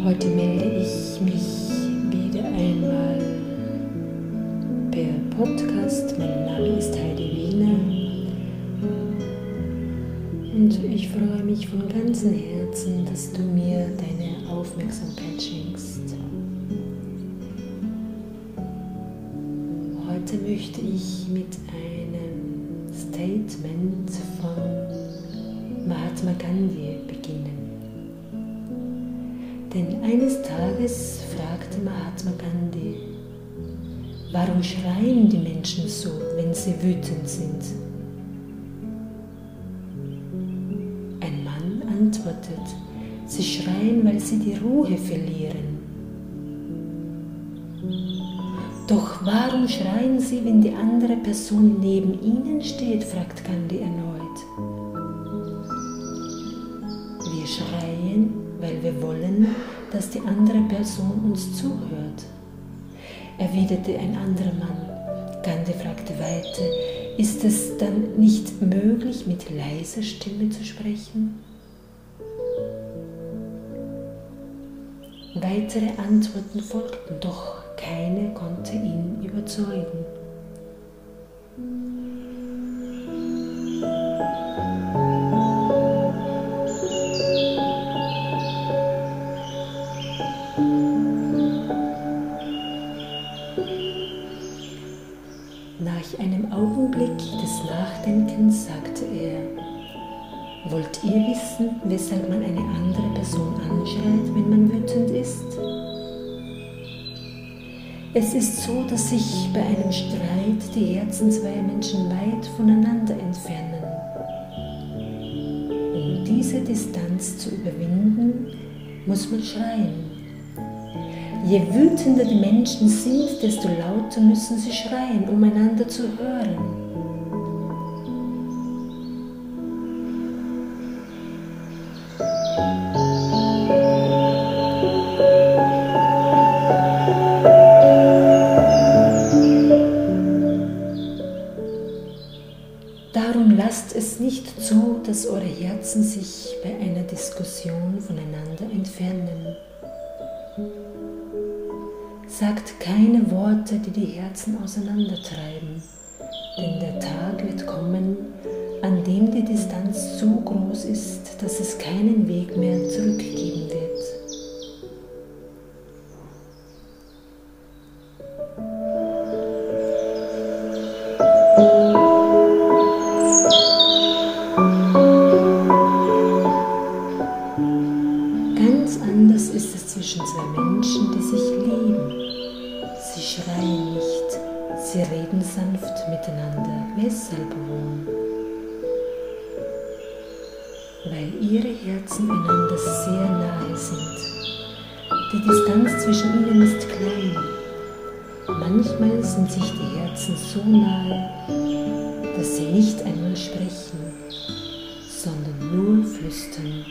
Heute melde ich mich wieder einmal per Podcast. Mein Name ist Heidi Wiener und ich freue mich von ganzem Herzen, dass du mir deine Aufmerksamkeit schenkst. Heute möchte ich mit einem Statement von Mahatma Gandhi beginnen. Denn eines Tages fragte Mahatma Gandhi, warum schreien die Menschen so, wenn sie wütend sind? Ein Mann antwortet, sie schreien, weil sie die Ruhe verlieren. Doch warum schreien sie, wenn die andere Person neben ihnen steht, fragt Gandhi erneut. Wir schreien, weil wir wollen, dass die andere Person uns zuhört, erwiderte ein anderer Mann. Gandhi fragte weiter, ist es dann nicht möglich, mit leiser Stimme zu sprechen? Weitere Antworten folgten, doch keine konnte ihn überzeugen. Nach einem Augenblick des Nachdenkens sagte er, wollt ihr wissen, weshalb man eine andere Person anschreit, wenn man wütend ist? Es ist so, dass sich bei einem Streit die Herzen zweier Menschen weit voneinander entfernen. Um diese Distanz zu überwinden, muss man schreien. Je wütender die Menschen sind, desto lauter müssen sie schreien, um einander zu hören. Darum lasst es nicht zu, dass eure Herzen sich bei einer Diskussion voneinander entfernen. Sagt keine Worte, die die Herzen auseinandertreiben, denn der Tag wird kommen, an dem die Distanz so groß ist, dass es keinen Weg mehr zurückgeben wird. Ganz anders ist es zwischen zwei Menschen, die sich lieben. Sie schreien nicht, sie reden sanft miteinander. Weshalb wohl? Weil ihre Herzen einander sehr nahe sind. Die Distanz zwischen ihnen ist klein. Manchmal sind sich die Herzen so nahe, dass sie nicht einmal sprechen, sondern nur flüstern.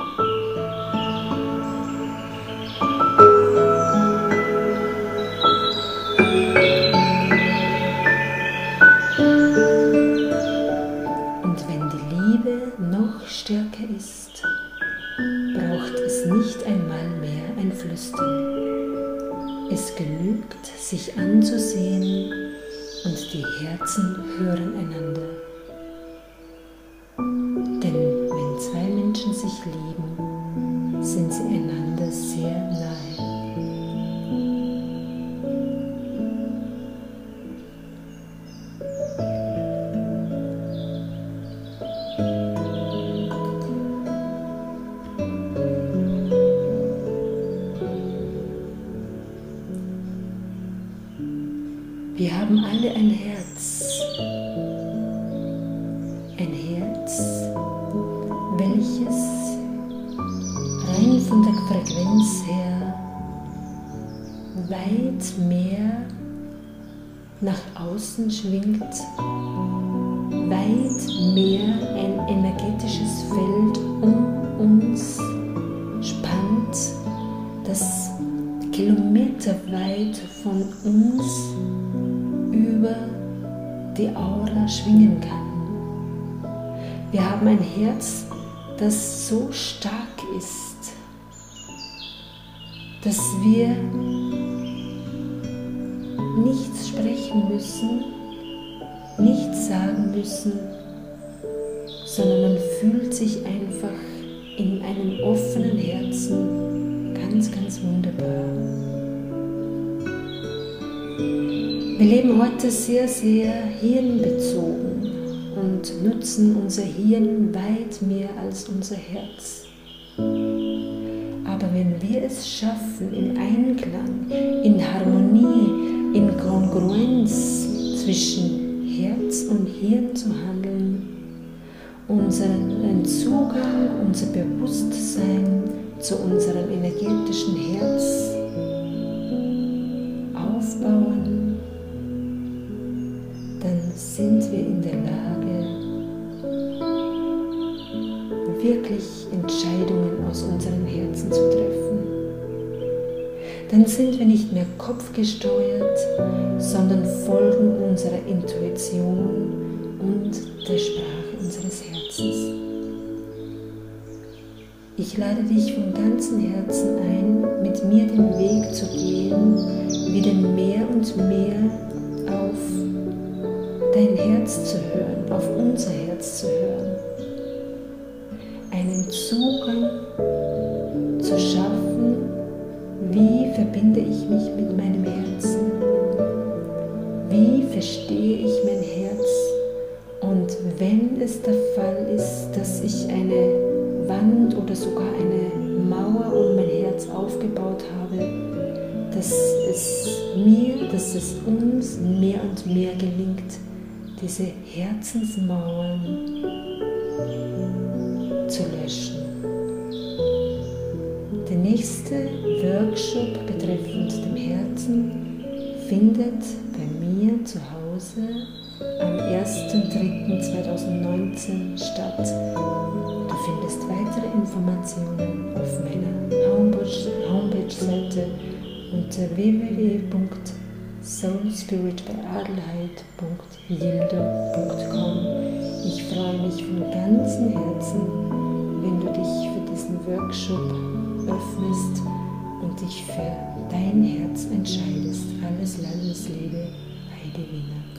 Noch stärker ist, braucht es nicht einmal mehr ein Flüstern. Es genügt, sich anzusehen und die Herzen hören einander. Denn wenn zwei Menschen sich lieben, sind sie einander sehr nahe. Wir haben alle ein Herz, welches rein von der Frequenz her weit mehr nach außen schwingt, weit mehr ein energetisches Feld um uns spannt, das kilometerweit von uns über die Aura schwingen kann. Wir haben ein Herz, das so stark ist, dass wir nichts sprechen müssen, nichts sagen müssen, sondern man fühlt sich einfach in einem offenen Herzen ganz, ganz wunderbar. Wir leben heute sehr, sehr hirnbezogen und nutzen unser Hirn weit mehr als unser Herz. Aber wenn wir es schaffen, im Einklang, in Harmonie, in Kongruenz zwischen Herz und Hirn zu handeln, unseren Zugang, unser Bewusstsein zu unserem energetischen Herz aufbauen, dann sind wir in der Lage, wirklich Entscheidungen aus unserem Herzen zu treffen. Dann sind wir nicht mehr kopfgesteuert, sondern folgen unserer Intuition und der Sprache unseres Herzens. Ich lade dich von ganzem Herzen ein, mit mir den Weg zu gehen, wieder mehr und mehr auf dein Herz zu hören, auf unser Herz zu hören. Einen Zugang zu schaffen, wie verbinde ich mich mit meinem Herzen, wie verstehe ich mein Herz und wenn es der Fall ist, dass ich eine Wand oder sogar eine Mauer um mein Herz aufgebaut habe, dass es uns mehr und mehr gelingt, diese Herzensmauern zu löschen. Der nächste Workshop betreffend dem Herzen findet bei mir zu Hause am 1.3.2019 statt. Du findest weitere Informationen auf meiner Homepage-Seite unter www.soulspiritbyadelheid.yildo.com. Ich freue mich von ganzem Herzen, wenn du dich für diesen Workshop öffnest und dich für dein Herz entscheidest. Alles Liebe, Heidi Wiener.